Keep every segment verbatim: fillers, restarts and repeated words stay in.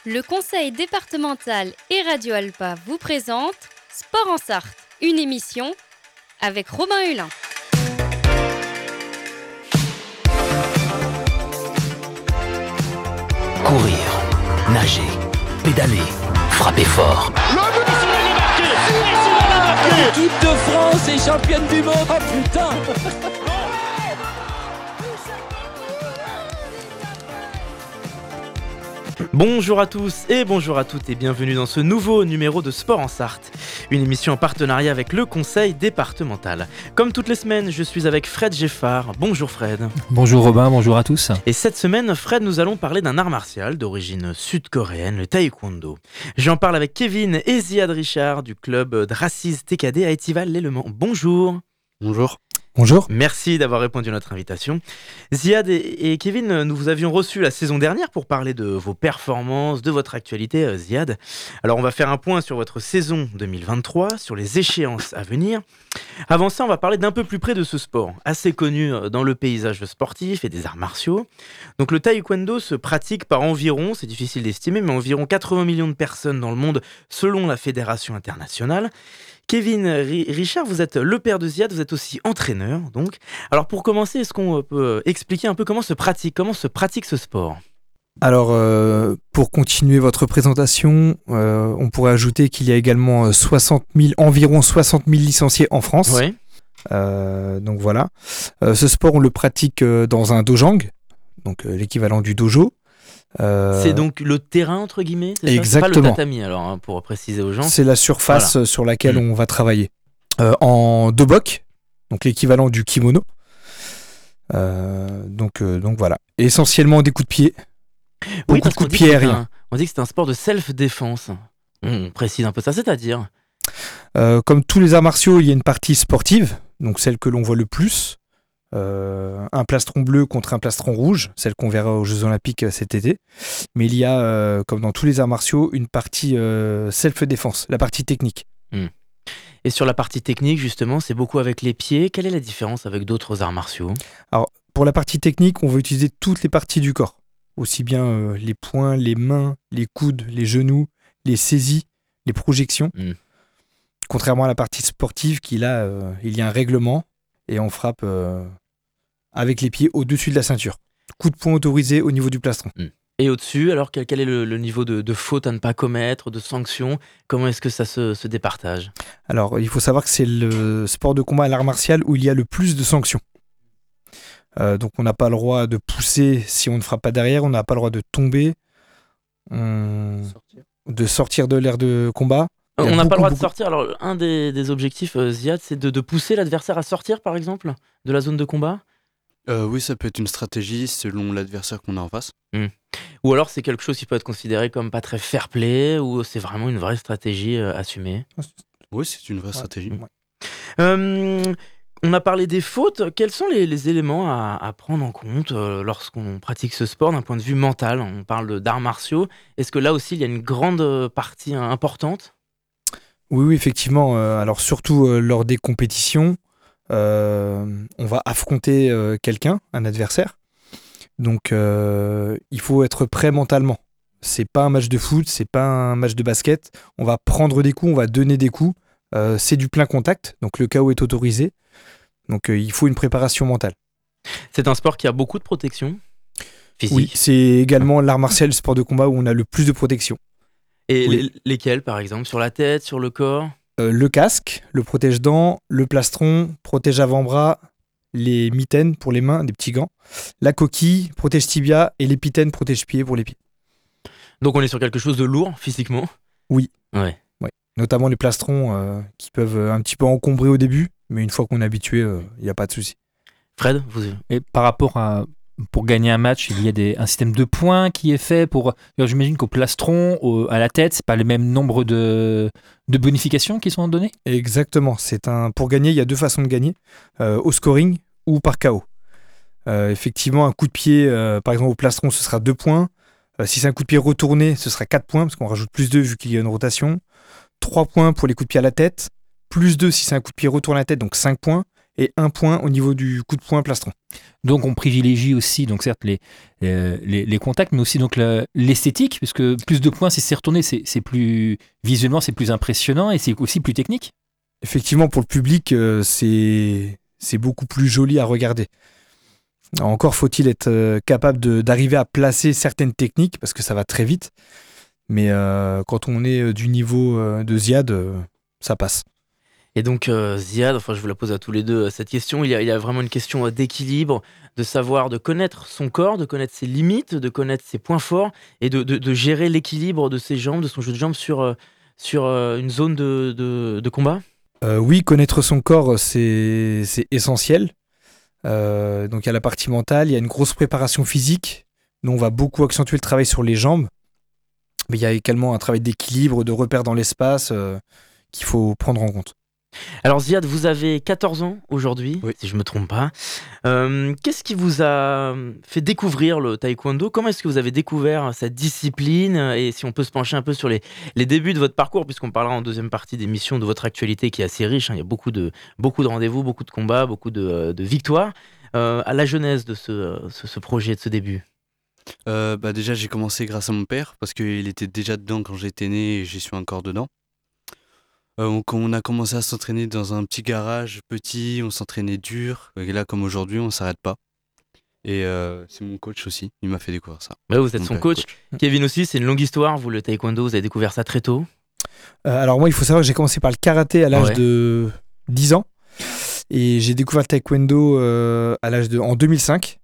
Le conseil départemental et Radio Alpa vous présente Sport en Sarthe, une émission avec Robin Hulin. Courir, nager, pédaler, frapper fort. Le but, il est marqué. Il est marqué. L'équipe de France est championne du monde. Oh putain. Bonjour à tous et bonjour à toutes et bienvenue dans ce nouveau numéro de Sport en Sarthe, une émission en partenariat avec le conseil départemental. Comme toutes les semaines, je suis avec Fred Geffard. Bonjour Fred. Bonjour Robin, bonjour à tous. Et cette semaine, Fred, nous allons parler d'un art martial d'origine sud-coréenne, le taekwondo. J'en parle avec Kevin et Ziad Richard du club Dracis T K D à Étival-les-Le-Mans. Bonjour. Bonjour. Bonjour. Merci d'avoir répondu à notre invitation. Ziad et, et Kevin, nous vous avions reçus la saison dernière pour parler de vos performances, de votre actualité, euh, Ziad. Alors on va faire un point sur votre saison deux mille vingt-trois, sur les échéances à venir. Avant ça, on va parler d'un peu plus près de ce sport, assez connu dans le paysage sportif et des arts martiaux. Donc le taekwondo se pratique par environ, c'est difficile d'estimer, mais environ quatre-vingts millions de personnes dans le monde selon la Fédération internationale. Kevin Richard, vous êtes le père de Ziad, vous êtes aussi entraîneur, donc. Alors pour commencer, est-ce qu'on peut expliquer un peu comment se pratique, comment se pratique ce sport ? Alors, euh, pour continuer votre présentation, euh, on pourrait ajouter qu'il y a également soixante mille, environ soixante mille licenciés en France. Oui. Euh, donc voilà. Euh, ce sport, on le pratique dans un dojang, donc euh, l'équivalent du dojo. Euh... C'est donc le terrain, entre guillemets, c'est Exactement. Ça, c'est pas le tatami, alors, hein, pour préciser aux gens. C'est la surface voilà. sur laquelle mmh. on va travailler. Euh, en dobok, donc l'équivalent du kimono. Euh, donc, euh, donc voilà. Essentiellement des coups de pied. Oui, beaucoup de coups de pied aériens. Un, on dit que c'est un sport de self-défense. On précise un peu ça, c'est-à-dire euh, Comme tous les arts martiaux, il y a une partie sportive, donc celle que l'on voit le plus. Euh, un plastron bleu contre un plastron rouge, celle qu'on verra aux Jeux Olympiques cet été. Mais il y a, euh, comme dans tous les arts martiaux, une partie euh, self-défense, la partie technique. Mmh. Et sur la partie technique, justement, c'est beaucoup avec les pieds. Quelle est la différence avec d'autres arts martiaux ? Alors, pour la partie technique, on va utiliser toutes les parties du corps. Aussi bien euh, les poings, les mains, les coudes, les genoux, les saisies, les projections. Mmh. Contrairement à la partie sportive, qui là, euh, il y a un règlement. Et on frappe euh, avec les pieds au-dessus de la ceinture. Coup de poing autorisé au niveau du plastron. Et au-dessus, alors quel, quel est le, le niveau de, de faute à ne pas commettre, de sanction ? Comment est-ce que ça se, se départage ? Alors, il faut savoir que c'est le sport de combat à l'art martial où il y a le plus de sanctions. Euh, donc, on n'a pas le droit de pousser si on ne frappe pas derrière. On n'a pas le droit de tomber, on... sortir. de sortir de l'aire de combat. On n'a beaucoup, pas le droit beaucoup... de sortir. Alors, un des, des objectifs, euh, Ziad, c'est de, de pousser l'adversaire à sortir, par exemple, de la zone de combat ? euh, Oui, ça peut être une stratégie selon l'adversaire qu'on a en face. Mmh. Ou alors, c'est quelque chose qui peut être considéré comme pas très fair-play, ou c'est vraiment une vraie stratégie euh, assumée ? Oui, c'est une vraie ouais, stratégie. Ouais. Euh, on a parlé des fautes. Quels sont les, les éléments à, à prendre en compte euh, lorsqu'on pratique ce sport d'un point de vue mental ? On parle d'arts martiaux. Est-ce que là aussi, il y a une grande partie hein, importante ? Oui, oui, effectivement. Euh, alors surtout euh, lors des compétitions, euh, on va affronter euh, quelqu'un, un adversaire. Donc euh, il faut être prêt mentalement. C'est pas un match de foot, c'est pas un match de basket. On va prendre des coups, on va donner des coups. Euh, c'est du plein contact, donc le K O est autorisé. Donc euh, il faut une préparation mentale. C'est un sport qui a beaucoup de protection physique. Oui, c'est également l'art martial, le sport de combat où on a le plus de protection. Et oui. les, lesquels, par exemple ? Sur la tête, sur le corps ? euh, Le casque, le protège-dents, le plastron, protège avant-bras, les mitaines pour les mains, des petits gants, la coquille, protège-tibia et l'épitaine, protège-pied pour les pieds. Donc on est sur quelque chose de lourd, physiquement ? Oui. Ouais. ouais. Notamment les plastrons euh, qui peuvent un petit peu encombrer au début, mais une fois qu'on est habitué, il euh, n'y a pas de souci. Fred, vous... Et par rapport à... Pour gagner un match, il y a des, un système de points qui est fait pour... Alors, j'imagine qu'au plastron, au, à la tête, c'est pas le même nombre de, de bonifications qui sont données ? Exactement. C'est un, pour gagner, il y a deux façons de gagner. Euh, au scoring ou par K O. Euh, effectivement, un coup de pied, euh, par exemple au plastron, ce sera deux points. Euh, si c'est un coup de pied retourné, ce sera quatre points, parce qu'on rajoute plus deux vu qu'il y a une rotation. trois points pour les coups de pied à la tête. Plus deux si c'est un coup de pied retourné à la tête, donc cinq points. et un point au niveau du coup de poing plastron. Donc on privilégie aussi, donc certes les, euh, les, les contacts, mais aussi donc la- l'esthétique, puisque plus de points, si c'est retourné, c'est, c'est plus visuellement, c'est plus impressionnant et c'est aussi plus technique. Effectivement, pour le public, euh, c'est, c'est beaucoup plus joli à regarder. Encore faut-il être euh, capable de, d'arriver à placer certaines techniques, parce que ça va très vite. Mais euh, quand on est euh, du niveau euh, de Ziad, euh, ça passe. Et donc, euh, Ziad, enfin, je vous la pose à tous les deux, euh, cette question. Il y a, il y a vraiment une question euh, d'équilibre, de savoir, de connaître son corps, de connaître ses limites, de connaître ses points forts et de, de- de gérer l'équilibre de ses jambes, de son jeu de jambes sur, euh, sur euh, une zone de, de- de combat. Euh, oui, connaître son corps, c'est, c'est essentiel. Euh, donc il y a la partie mentale, il y a une grosse préparation physique. Nous, on va beaucoup accentuer le travail sur les jambes. Mais il y a également un travail d'équilibre, de repère dans l'espace euh, qu'il faut prendre en compte. Alors, Ziad, vous avez quatorze ans aujourd'hui, Oui. si je ne me trompe pas. Euh, qu'est-ce qui vous a fait découvrir le taekwondo? Comment est-ce que vous avez découvert cette discipline? Et si on peut se pencher un peu sur les, les débuts de votre parcours, puisqu'on parlera en deuxième partie d'émission de votre actualité qui est assez riche, hein. Il y a beaucoup de, beaucoup de rendez-vous, beaucoup de combats, beaucoup de, de victoires. Euh, à la genèse de ce, ce, ce projet, de ce début. Euh, bah déjà, j'ai commencé grâce à mon père parce qu'il était déjà dedans quand j'étais né et j'y suis encore dedans. Euh, donc, on a commencé à s'entraîner dans un petit garage petit, on s'entraînait dur. Et là, comme aujourd'hui, on s'arrête pas. Et euh, c'est mon coach aussi, il m'a fait découvrir ça. Ouais, vous êtes Mon son père, coach. Kevin aussi, c'est une longue histoire. Vous, le taekwondo, vous avez découvert ça très tôt. Euh, alors moi, il faut savoir que j'ai commencé par le karaté à l'âge Ouais. de dix ans. Et j'ai découvert le taekwondo euh, à l'âge de, en deux mille cinq.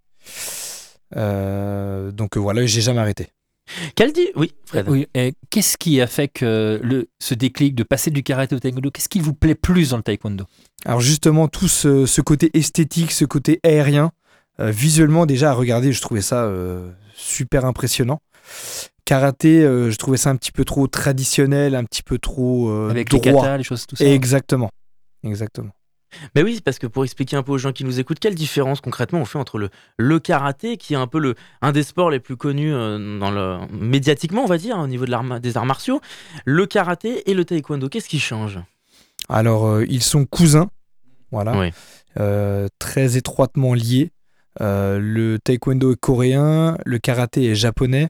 Euh, donc euh, voilà, j'ai jamais arrêté. Quel dit Oui, Fred. Oui, et qu'est-ce qui a fait que le, ce déclic de passer du karaté au taekwondo, qu'est-ce qui vous plaît plus dans le taekwondo? Alors justement, tout ce, ce côté esthétique, ce côté aérien, euh, visuellement déjà à regarder, je trouvais ça euh, super impressionnant. Karaté, euh, je trouvais ça un petit peu trop traditionnel, un petit peu trop euh, Avec les droit. katas, les choses, tout ça. Exactement, exactement. Mais oui, parce que pour expliquer un peu aux gens qui nous écoutent, quelle différence concrètement on fait entre le, le karaté, qui est un peu le, un des sports les plus connus euh, dans le, médiatiquement, on va dire, au niveau de l'art, des arts martiaux, le karaté et le taekwondo, qu'est-ce qui change? Alors, euh, ils sont cousins, voilà, Oui. euh, très étroitement liés. Euh, le taekwondo est coréen, le karaté est japonais.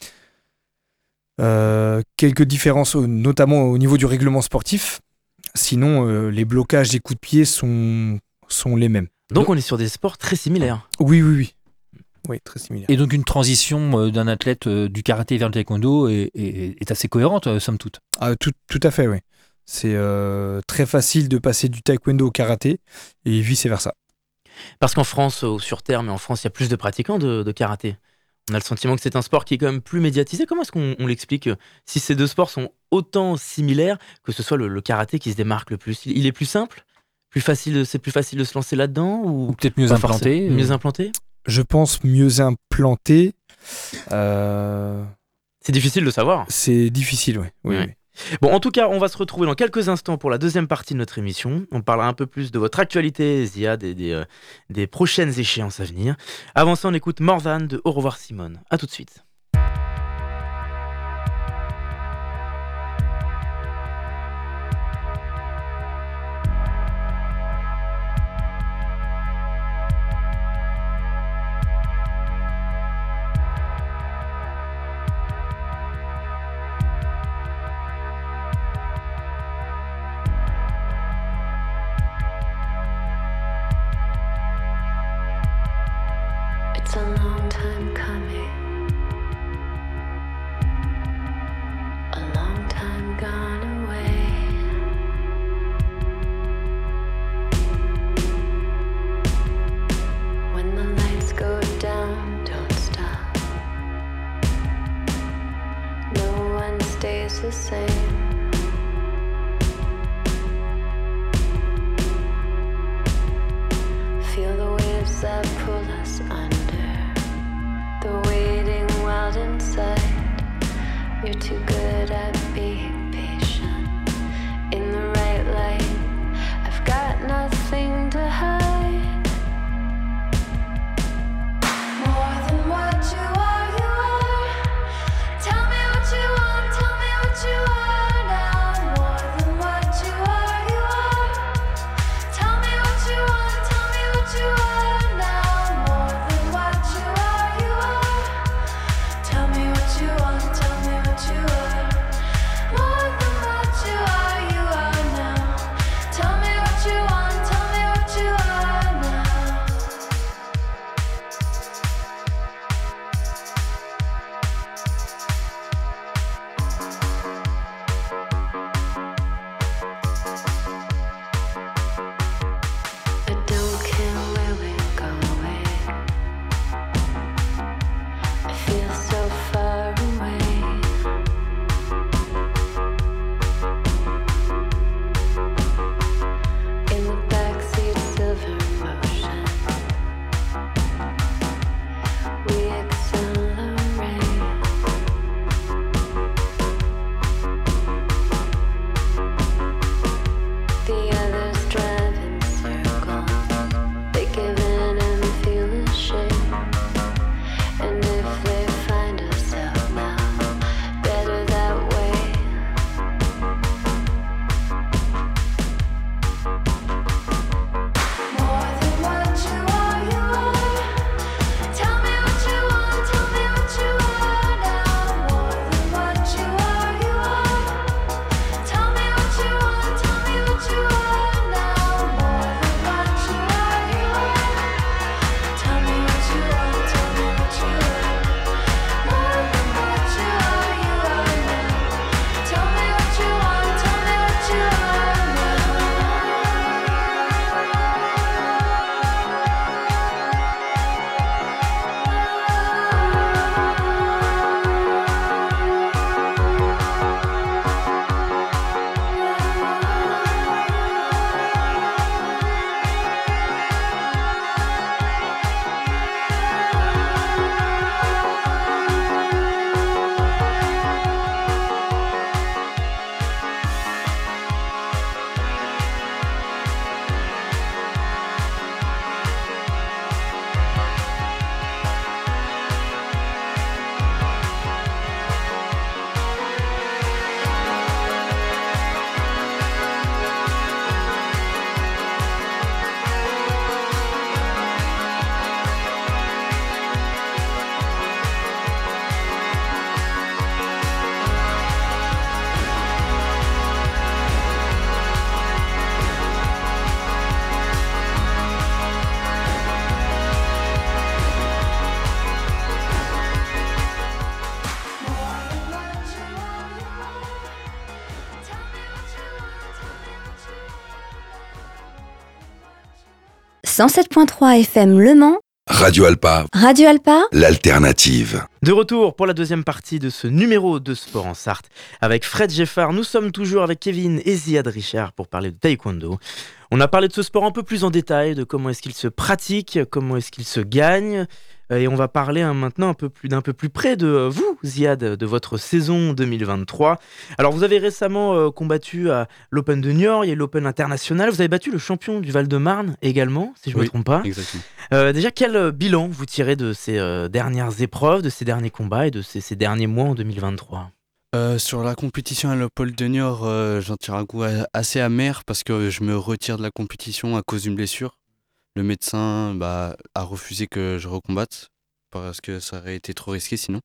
Euh, quelques différences, au- notamment au niveau du règlement sportif. Sinon, euh, les blocages des coups de pied sont, sont les mêmes. Donc on est sur des sports très similaires. Oui, oui, oui. Oui, très similaires. Et donc une transition euh, d'un athlète euh, du karaté vers le taekwondo est, est- est assez cohérente, euh, somme toute. Ah, tout, tout à fait, oui. C'est euh, très facile de passer du taekwondo au karaté et vice-versa. Parce qu'en France, ou sur Terre, mais en France, il y a plus de pratiquants de, de karaté. On a le sentiment que c'est un sport qui est quand même plus médiatisé. Comment est-ce qu'on on l'explique euh, si ces deux sports sont autant similaires, que ce soit le, le karaté qui se démarque le plus? Il, il est plus simple? Plus facile, de- c'est plus facile de se lancer là-dedans? Ou Ou peut-être mieux pas implanté. forcément Mieux euh, implanté? Je pense mieux implanté. Euh, C'est difficile de savoir. c'est difficile, oui. oui, Ouais. oui. Bon, en tout cas, on va se retrouver dans quelques instants pour la deuxième partie de notre émission. On parlera un peu plus de votre actualité, Ziad, et des, euh, des prochaines échéances à venir. Avant ça, on écoute More Than de Au revoir Simone. À tout de suite. It's a long time coming, a long time gone away. When the lights go down, don't stop. No one stays the same. Feel the waves that pull us under. The waiting wild inside. You're too good at being patient. In the right light, I've got nothing to hide. More than what you are, you are. Tell me what you want, tell me what you are now. More than what you are, you are. Tell me what you want. cent sept virgule trois F M Le Mans. Radio Alpa. Radio Alpa. L'alternative. De retour pour la deuxième partie de ce numéro de Sport en Sarthe. Avec Fred Geffard, nous sommes toujours avec Kevin et Ziad Richard pour parler de taekwondo. On a parlé de ce sport un peu plus en détail, de comment est-ce qu'il se pratique, comment est-ce qu'il se gagne. Et on va parler hein, maintenant un peu plus, d'un peu plus près de vous, Ziad, de votre saison deux mille vingt-trois. Alors, vous avez récemment euh, combattu à l'Open de Niort et l'Open international. Vous avez battu le champion du Val-de-Marne également, si je ne oui, me trompe pas. Exactement. Euh, déjà, quel bilan vous tirez de ces euh, dernières épreuves, de ces derniers combats et de ces, ces derniers mois en deux mille vingt-trois ? Euh, sur la compétition à l'Open de Niort, euh, j'en tire un goût assez amer parce que je me retire de la compétition à cause d'une blessure. Le médecin bah, a refusé que je recombatte parce que ça aurait été trop risqué sinon.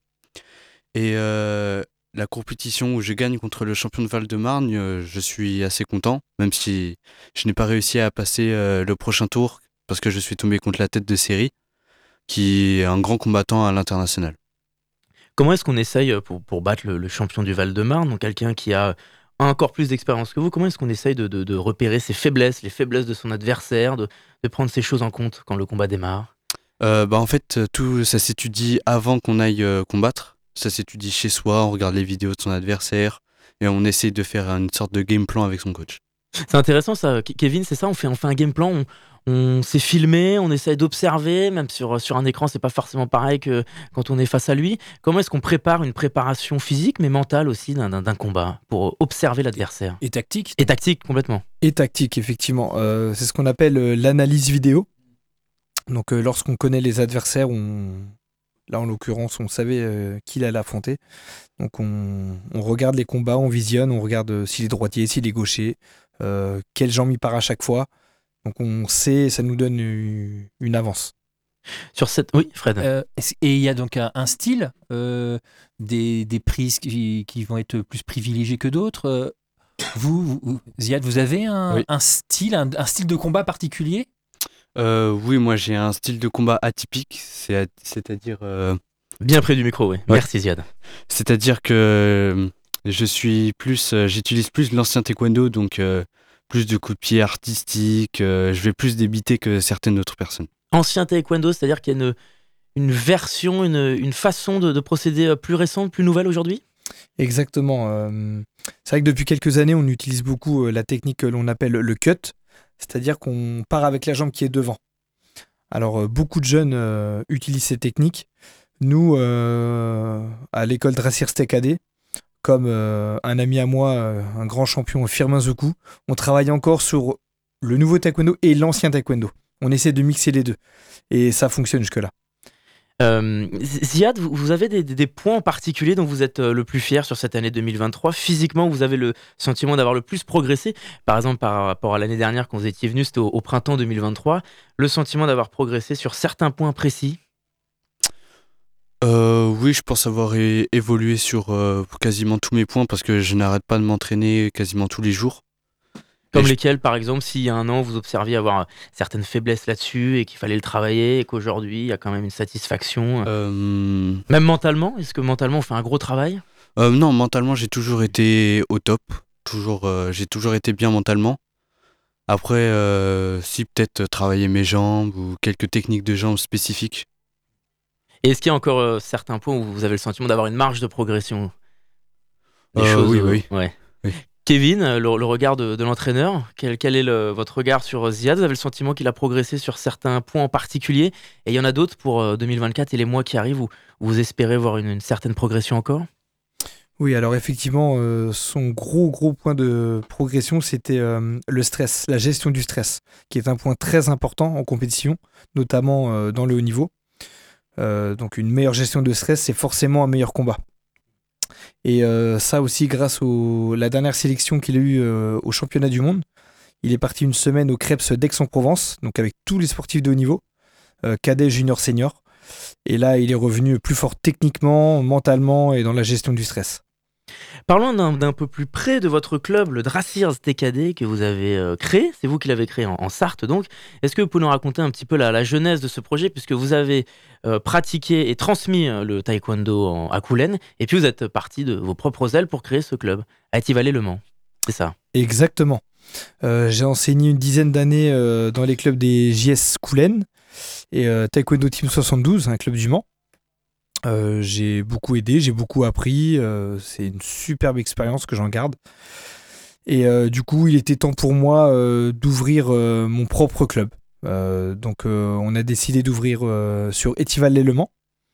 Et euh, la compétition où je gagne contre le champion de Val-de-Marne, euh, je suis assez content, même si je n'ai pas réussi à passer euh, le prochain tour parce que je suis tombé contre la tête de série, qui est un grand combattant à l'international. Comment est-ce qu'on essaye pour, pour battre le, le champion du Val-de-Marne, donc quelqu'un qui a encore plus d'expérience que vous, comment est-ce qu'on essaye de, de, de repérer ses faiblesses, les faiblesses de son adversaire, de, de prendre ces choses en compte quand le combat démarre ? euh, bah En fait, tout ça s'étudie avant qu'on aille euh, combattre. Ça s'étudie chez soi, on regarde les vidéos de son adversaire et on essaye de faire une sorte de game plan avec son coach. C'est intéressant ça, Kevin, c'est ça, on fait, on fait un game plan, on, on s'est filmé, on essaye d'observer, même sur, sur un écran, c'est pas forcément pareil que quand on est face à lui. Comment est-ce qu'on prépare une préparation physique, mais mentale aussi d'un, d'un, d'un combat, pour observer l'adversaire ? Et tactique ? Et tactique, complètement. Et tactique, effectivement. Euh, c'est ce qu'on appelle euh, l'analyse vidéo. Donc, euh, lorsqu'on connaît les adversaires, on... là, en l'occurrence, on savait euh, qui il allait affronter. Donc, on... on regarde les combats, on visionne, on regarde euh, s'il est droitier, s'il est gaucher, euh, quelle jambe il part à chaque fois. Donc, on sait, ça nous donne une, une avance. Sur cette... Oui, Fred. Euh, et il y a donc un, un style, euh, des, des prises qui, qui vont être plus privilégiées que d'autres. Euh, vous, vous, Ziad, vous avez un, oui. un style, un, un style de combat particulier ? euh, Oui, moi j'ai un style de combat atypique, c'est, c'est-à-dire... Euh... Bien près du micro, oui. Ouais. Merci Ziad. C'est-à-dire que je suis plus, euh, j'utilise plus l'ancien taekwondo, donc euh, plus de coups de pied artistiques, euh, je vais plus débiter que certaines autres personnes. Ancien taekwondo, c'est-à-dire qu'il y a une, une version, une, une façon de, de procéder plus récente, plus nouvelle aujourd'hui ? Exactement. Euh, c'est vrai que depuis quelques années, on utilise beaucoup euh, la technique que l'on appelle le cut, c'est-à-dire qu'on part avec la jambe qui est devant. Alors, euh, beaucoup de jeunes euh, utilisent ces techniques. Nous, euh, à l'école Dressir T K D, comme euh, un ami à moi, euh, un grand champion, Firmin Zekou, on travaille encore sur le nouveau taekwondo et l'ancien taekwondo. On essaie de mixer les deux. Et ça fonctionne jusque-là. Euh, Ziad, vous, vous avez des, des points en particulier dont vous êtes le plus fier sur cette année deux mille vingt-trois ? Physiquement, vous avez le sentiment d'avoir le plus progressé ? Par exemple, par rapport à l'année dernière, quand vous étiez venu, c'était au, au printemps deux mille vingt-trois. Le sentiment d'avoir progressé sur certains points précis ? Euh, oui, je pense avoir é- évolué sur euh, quasiment tous mes points parce que je n'arrête pas de m'entraîner quasiment tous les jours. Comme et lesquels, je... par exemple, s'il y a un an, vous observiez avoir certaines faiblesses là-dessus et qu'il fallait le travailler et qu'aujourd'hui, il y a quand même une satisfaction. Euh... Même mentalement ? Est-ce que mentalement, on fait un gros travail ? euh, Non, mentalement, j'ai toujours été au top. Toujours, euh, j'ai toujours été bien mentalement. Après, euh, si peut-être travailler mes jambes ou quelques techniques de jambes spécifiques. Et est-ce qu'il y a encore euh, certains points où vous avez le sentiment d'avoir une marge de progression ? Des euh, choses, oui, euh, oui. Ouais. oui. Kevin, le, le regard de, de l'entraîneur, quel, quel est le, votre regard sur Ziad ? Vous avez le sentiment qu'il a progressé sur certains points en particulier ? Et il y en a d'autres pour euh, deux mille vingt-quatre et les mois qui arrivent où, où vous espérez voir une, une certaine progression encore ? Oui, alors effectivement, euh, son gros, gros point de progression, c'était euh, le stress, la gestion du stress, qui est un point très important en compétition, notamment euh, dans le haut niveau. Euh, donc une meilleure gestion de stress, c'est forcément un meilleur combat. Et euh, ça aussi grâce à la dernière sélection qu'il a eue euh, au championnat du monde. Il est parti une semaine au Krebs d'Aix-en-Provence, donc avec tous les sportifs de haut niveau, euh, cadet, junior, senior. Et là, il est revenu plus fort techniquement, mentalement et dans la gestion du stress. Parlons d'un, d'un peu plus près de votre club, le Drassirs T K D, que vous avez euh, créé. C'est vous qui l'avez créé en, en Sarthe, donc. Est-ce que vous pouvez nous raconter un petit peu la, la genèse de ce projet, puisque vous avez euh, pratiqué et transmis euh, le taekwondo en, à Coulennes, et puis vous êtes parti de vos propres ailes pour créer ce club, à Etivalé-le-Mans. C'est ça ? Exactement. Euh, j'ai enseigné une dizaine d'années euh, dans les clubs des J S Koulen et euh, Taekwondo Team soixante-douze, un club du Mans. Euh, j'ai beaucoup aidé, j'ai beaucoup appris. Euh, c'est une superbe expérience que j'en garde. Et euh, du coup, il était temps pour moi euh, d'ouvrir euh, mon propre club. Euh, donc, euh, on a décidé d'ouvrir euh, sur Étival-les-Le Mans.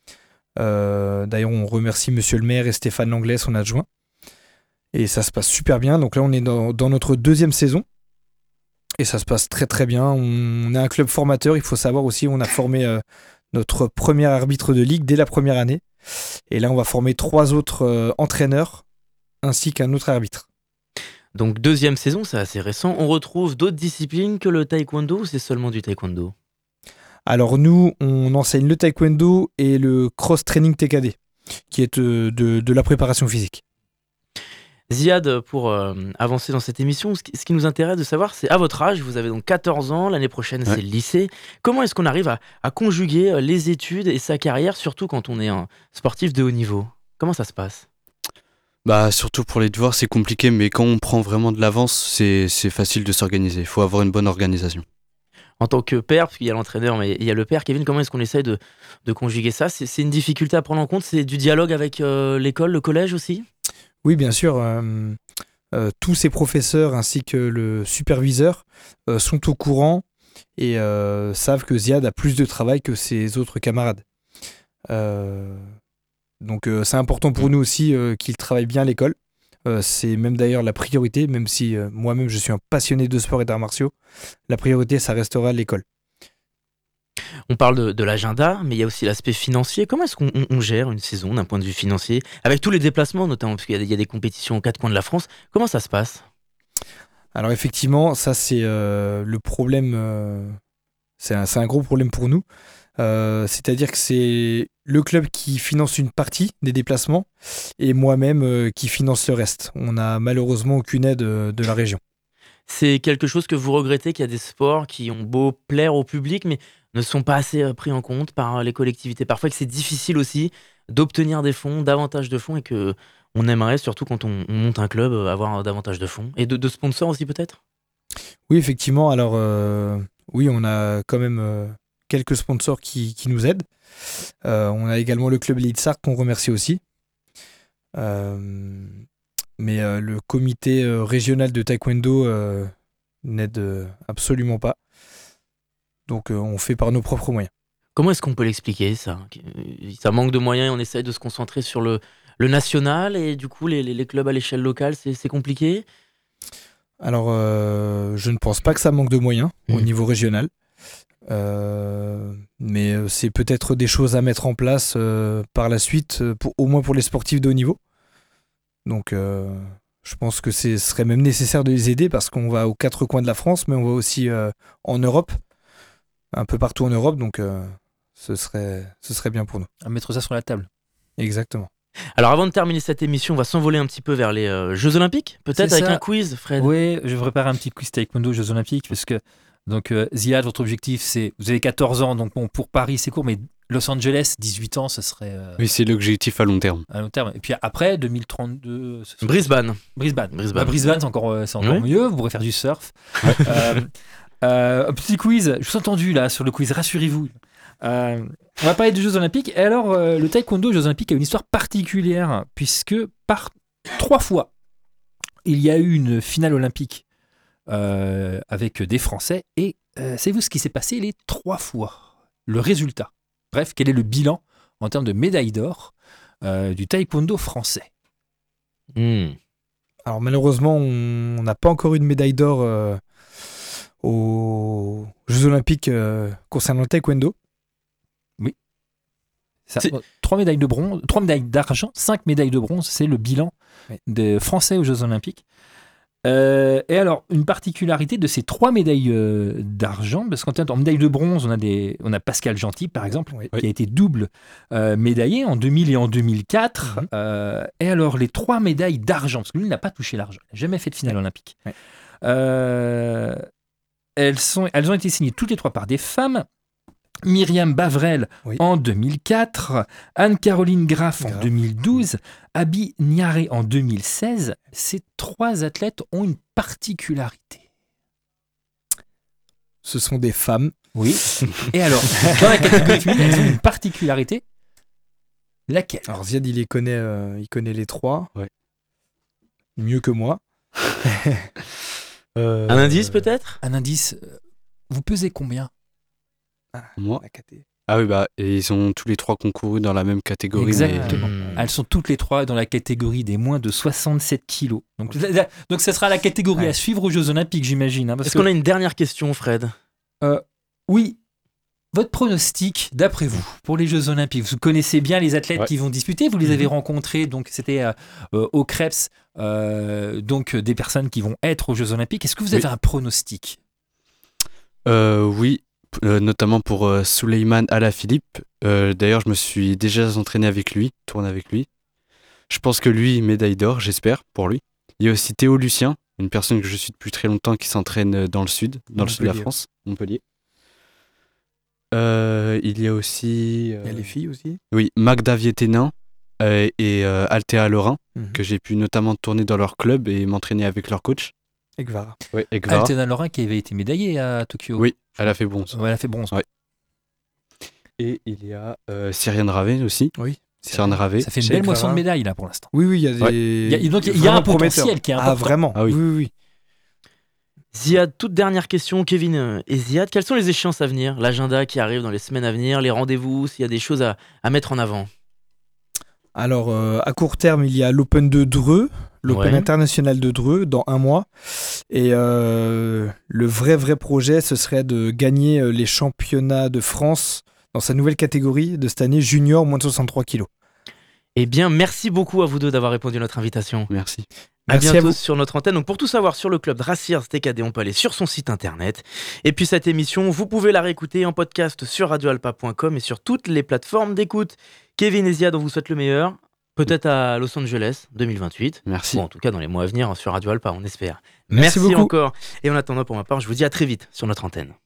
Euh, d'ailleurs, on remercie Monsieur le maire et Stéphane Langlais, son adjoint. Et ça se passe super bien. Donc là, on est dans, dans notre deuxième saison. Et ça se passe très très bien. On, on est un club formateur. Il faut savoir aussi, on a formé euh, notre premier arbitre de ligue dès la première année. Et là, on va former trois autres euh, entraîneurs ainsi qu'un autre arbitre. Donc deuxième saison, c'est assez récent. On retrouve d'autres disciplines que le taekwondo ou c'est seulement du taekwondo ? Alors nous, on enseigne le taekwondo et le cross-training T K D, qui est de, de, de la préparation physique. Ziad, pour euh, avancer dans cette émission, ce qui, ce qui nous intéresse de savoir, c'est à votre âge, vous avez donc quatorze ans, l'année prochaine Ouais. c'est le lycée. Comment est-ce qu'on arrive à, à conjuguer les études et sa carrière, surtout quand on est un sportif de haut niveau ? Comment ça se passe ? Bah, surtout pour les devoirs, c'est compliqué, mais quand on prend vraiment de l'avance, c'est, c'est facile de s'organiser. Il faut avoir une bonne organisation. En tant que père, parce qu'il y a l'entraîneur, mais il y a le père, Kevin, comment est-ce qu'on essaye de, de conjuguer ça ? c'est, c'est une difficulté à prendre en compte ? C'est du dialogue avec euh, l'école, le collège aussi ? Oui, bien sûr. Euh, euh, tous ces professeurs ainsi que le superviseur euh, sont au courant et euh, savent que Ziad a plus de travail que ses autres camarades. Euh, donc euh, c'est important pour nous aussi euh, qu'il travaille bien à l'école. Euh, c'est même d'ailleurs la priorité, même si euh, moi-même je suis un passionné de sport et d'arts martiaux. La priorité, ça restera l'école. On parle de, de l'agenda, mais il y a aussi l'aspect financier. Comment est-ce qu'on on- on gère une saison d'un point de vue financier ? Avec tous les déplacements, notamment, parce qu'il y a, des- il y a des compétitions aux quatre coins de la France. Comment ça se passe ? Alors effectivement, ça c'est euh, le problème, euh, c'est un, c'est un gros problème pour nous. Euh, c'est-à-dire que c'est le club qui finance une partie des déplacements et moi-même euh, qui finance le reste. On n'a malheureusement aucune aide euh, de la région. C'est quelque chose que vous regrettez, qu'il y a des sports qui ont beau plaire au public, mais ne sont pas assez euh, pris en compte par euh, les collectivités. Parfois que c'est difficile aussi d'obtenir des fonds, davantage de fonds, et que on aimerait, surtout quand on, on monte un club, euh, avoir davantage de fonds. Et de, de sponsors aussi peut-être ? Oui, effectivement. Alors euh, oui, on a quand même euh, quelques sponsors qui, qui nous aident. Euh, on a également le club Elite Sarthe qu'on remercie aussi. Euh, mais euh, le comité euh, régional de taekwondo euh, n'aide euh, absolument pas. Donc euh, on fait par nos propres moyens. Comment est-ce qu'on peut l'expliquer ça ? Euh, Ça manque de moyens et on essaye de se concentrer sur le, le national et du coup les, les- les clubs à l'échelle locale, c'est, c'est compliqué ? Alors, euh, je ne pense pas que ça manque de moyens au Mhm. niveau régional. Euh, mais euh, c'est peut-être des choses à mettre en place euh, par la suite, euh, pour, au moins pour les sportifs de haut niveau. Donc, euh, je pense que ce serait même nécessaire de les aider parce qu'on va aux quatre coins de la France, mais on va aussi euh, en Europe, un peu partout en Europe. Donc, euh, ce serait, ce serait bien pour nous. À mettre ça sur la table. Exactement. Alors avant de terminer cette émission, on va s'envoler un petit peu vers les euh, Jeux Olympiques, peut-être C'est avec ça. un quiz, Fred. Oui, je prépare un petit quiz taekwondo aux Jeux Olympiques parce que donc euh, Ziad, votre objectif c'est vous avez quatorze ans donc bon pour Paris c'est court mais Los Angeles dix-huit ans ce serait euh, Oui, c'est l'objectif à long terme. à long terme et puis après deux mille trente-deux ce serait- Brisbane. Brisbane. Brisbane. Bah, Brisbane c'est encore euh, c'est encore Oui. mieux, vous pourrez faire du surf. Euh, euh, un petit quiz, je vous ai entendu là sur le quiz, rassurez-vous. Euh, on va parler des Jeux Olympiques. Et alors, euh, le taekwondo aux Jeux Olympiques a une histoire particulière, puisque par trois fois, il y a eu une finale olympique euh, avec des Français. Et euh, savez-vous ce qui s'est passé les trois fois ? Le résultat. Bref, quel est le bilan en termes de médailles d'or euh, du taekwondo français ? Hmm. Alors malheureusement, on on n'a pas encore eu de médaille d'or euh, aux Jeux Olympiques euh, concernant le taekwondo. Ça, C'est- euh, trois médailles de bronze, trois médailles d'argent, cinq médailles de bronze, c'est le bilan Oui. des Français aux Jeux Olympiques. Euh, et alors, une particularité de ces trois médailles euh, d'argent, parce qu'en termes de médaille de bronze, on a, des, on a Pascal Gentil, par exemple, Oui. qui a été double euh, médaillé en deux mille et en deux mille quatre. Mhm. Euh, et alors, les trois médailles d'argent, parce que lui il n'a pas touché l'argent, il n'a jamais fait de finale olympique. Oui. Euh, elles, sont, elles ont été signées toutes les trois par des femmes. Myriam Bavrel Oui. en deux mille quatre, Anne-Caroline Graff en Graff. deux mille douze, Abi Niaré en deux mille seize. Ces trois athlètes ont une particularité. ce sont des femmes. Oui. Et alors, dans la catégorie féminine, elles ont une particularité. Laquelle ? Alors Ziad, il les connaît, euh, il connaît les trois. Ouais. Mieux que moi. euh, Un indice peut-être ? Un indice. Vous pesez combien ? ah, Moi la caté. Ah oui, bah, et ils ont tous les trois concouru dans la même catégorie. Exactement. mais- Elles sont toutes les trois dans la catégorie des moins de soixante-sept kilos. Donc, là- là- donc ça sera la catégorie Ouais. à suivre aux Jeux Olympiques, j'imagine. hein, parce Est-ce que- qu'on a une dernière question, Fred ? Euh, oui. Votre pronostic, d'après vous, pour les Jeux Olympiques, vous connaissez bien les athlètes Ouais. qui vont disputer, vous les avez Mhm. rencontrés, donc c'était euh, euh, au Krebs, euh, donc euh, des personnes qui vont être aux Jeux Olympiques. Est-ce que vous avez Oui. un pronostic ? Euh, oui, p- euh, notamment pour euh, Souleymane Alaphilippe. Euh, D'ailleurs, je me suis déjà entraîné avec lui, tourné avec lui. Je pense que lui, médaille d'or, j'espère, pour lui. Il y a aussi Théo Lucien, une personne que je suis depuis très longtemps qui s'entraîne dans le sud, dans le sud de la Montpellier. France, Montpellier. Euh, il y a aussi... euh, Il y a les filles aussi. Oui, Magda Vieténin euh, et euh, Althea Lorrain, Mhm. que j'ai pu notamment tourner dans leur club et m'entraîner avec leur coach. Et Gvara. Ouais, et Gvara. Altena Lorrain qui avait été médaillée à Tokyo. Oui, elle a fait bronze. Ouais, elle a fait bronze. Ouais. Et il y a euh, Cyrienne Ravet aussi. Oui. Cyrienne Ravet. Ça fait une Chez belle Gvara. moisson de médailles là pour l'instant. Oui, oui, il y a des. Ouais. Il y a- donc, il y a vraiment un potentiel prometteur. qui est Ah, important. vraiment Ah oui. oui, oui, oui. Ziad, toute dernière question, Kevin et Ziad, quelles sont les échéances à venir ? L'agenda qui arrive dans les semaines à venir, les rendez-vous, s'il y a des choses à, à mettre en avant ? Alors, euh, à court terme, il y a l'Open de Dreux, l'Open Ouais. international de Dreux, dans un mois. Et euh, le vrai, vrai projet, ce serait de gagner euh, les championnats de France dans sa nouvelle catégorie de cette année, junior, moins de soixante-trois kilos. Eh bien, merci beaucoup à vous deux d'avoir répondu à notre invitation. Merci. À Merci à bientôt vous. sur notre antenne. Donc pour tout savoir sur le club Draciers T K D, on peut aller sur son site internet. Et puis cette émission, vous pouvez la réécouter en podcast sur radio alpa point com et sur toutes les plateformes d'écoute. Kevin et Ziad, on vous souhaite le meilleur. Peut-être à Los Angeles deux mille vingt-huit. Merci. Bon, en tout cas, dans les mois à venir sur Radio Alpa, on espère. Merci beaucoup. encore. Et en attendant, pour ma part, je vous dis à très vite sur notre antenne.